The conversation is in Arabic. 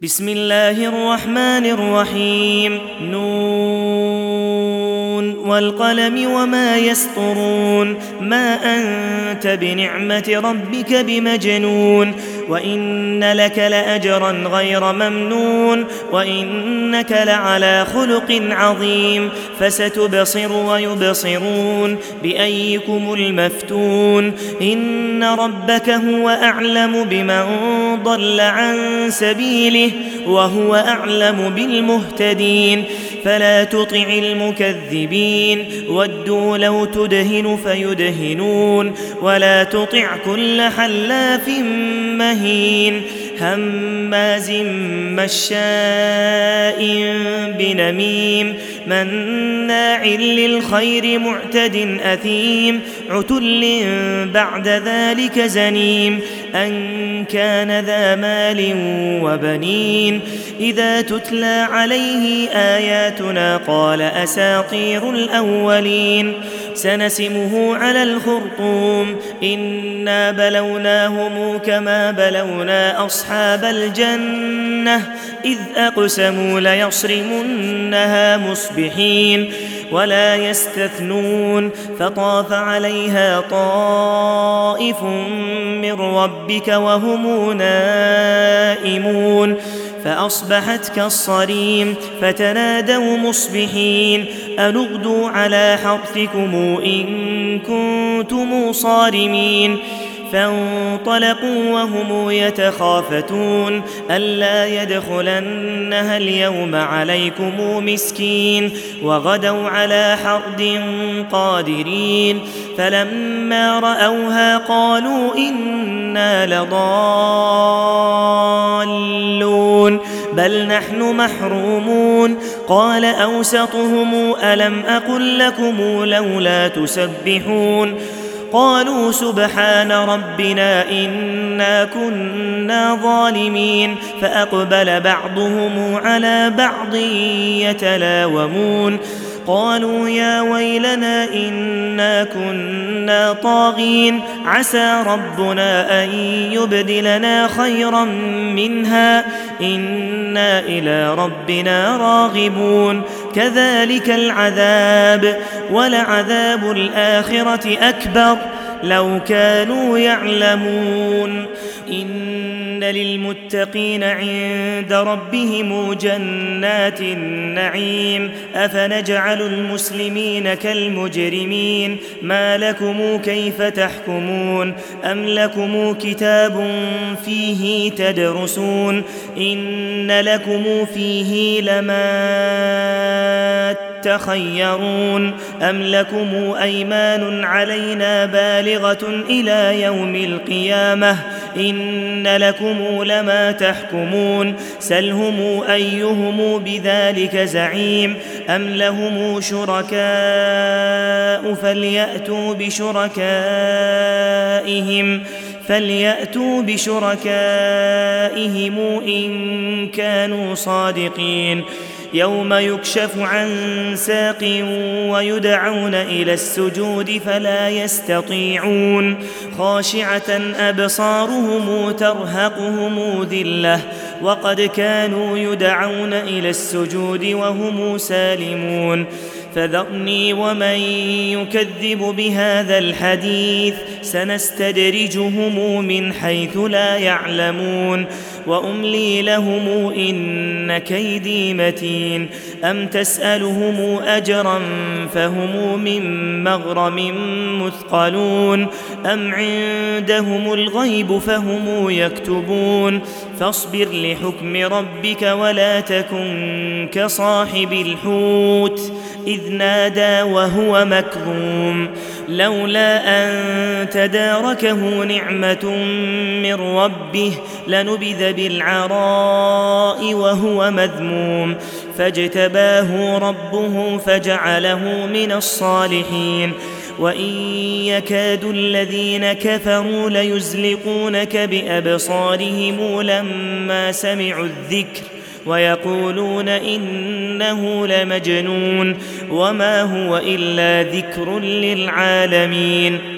بسم الله الرحمن الرحيم نون والقلم وما يسطرون ما أنت بنعمة ربك بمجنون وإن لك لأجرا غير ممنون وإنك لعلى خلق عظيم فستبصر ويبصرون بأيكم المفتون إن ربك هو أعلم بمن ضل عن سبيله وهو أعلم بالمهتدين فلا تطع المكذبين ودوا لو تدهن فيدهنون ولا تطع كل حلاف مهين هماز مشاء بنميم مناع للخير معتد أثيم عتل بعد ذلك زنيم أن كان ذا مال وبنين إذا تتلى عليه آياتنا قال أساطير الأولين سنسمه على الخرطوم إنا بلوناهم كما بلونا أصحاب الجنة إذ أقسموا ليصرمنها مصبحين ولا يستثنون فطاف عليها طائف من ربك وهم نائمون فأصبحت كالصريم فتنادوا مصبحين أن اغدوا على حرثكم إن كنتم صارمين فانطلقوا وهم يتخافتون ألا يدخلنها اليوم عليكم مسكين وغدوا على حرد قادرين فلما رأوها قالوا إنا لضالون بل نحن محرومون قال أوسطهم ألم أقل لكم لولا تسبحون قالوا سبحان ربنا إنا كنا ظالمين فأقبل بعضهم على بعض يتلاومون قالوا يا ويلنا إنا كنا طاغين عسى ربنا أن يبدلنا خيرا منها إنا إلى ربنا راغبون كذلك العذاب ولعذاب الآخرة أكبر لو كانوا يعلمون إن للمتقين عند ربهم جنات النعيم أفنجعل المسلمين كالمجرمين ما لكم كيف تحكمون أم لكم كتاب فيه تدرسون إن لكم فيه لما تخيرون أم لكم أيمان علينا بالغة إلى يوم القيامة إن لكم لما تحكمون سلهم أيهم بذلك زعيم أم لهم شركاء فليأتوا بشركائهم إن كانوا صادقين يوم يكشف عن ساق ويدعون إلى السجود فلا يستطيعون خاشعة أبصارهم ترهقهم ذلة وقد كانوا يدعون إلى السجود وهم سالمون فذرني ومن يكذب بهذا الحديث سنستدرجهم من حيث لا يعلمون وأملي لهم إن كيدي متين أم تسألهم أجرا فهم من مغرم مثقلون أم عندهم الغيب فهم يكتبون فاصبر لحكم ربك ولا تكن كصاحب الحوت إذ نادى وهو مكظوم لولا أن تداركه نعمة من ربه لنبذ بالعراء وهو مذموم فاجتباه ربه فجعله من الصالحين وإن يكاد الذين كفروا ليزلقونك بأبصارهم لما سمعوا الذكر ويقولون إنه لمجنون وما هو إلا ذكر للعالمين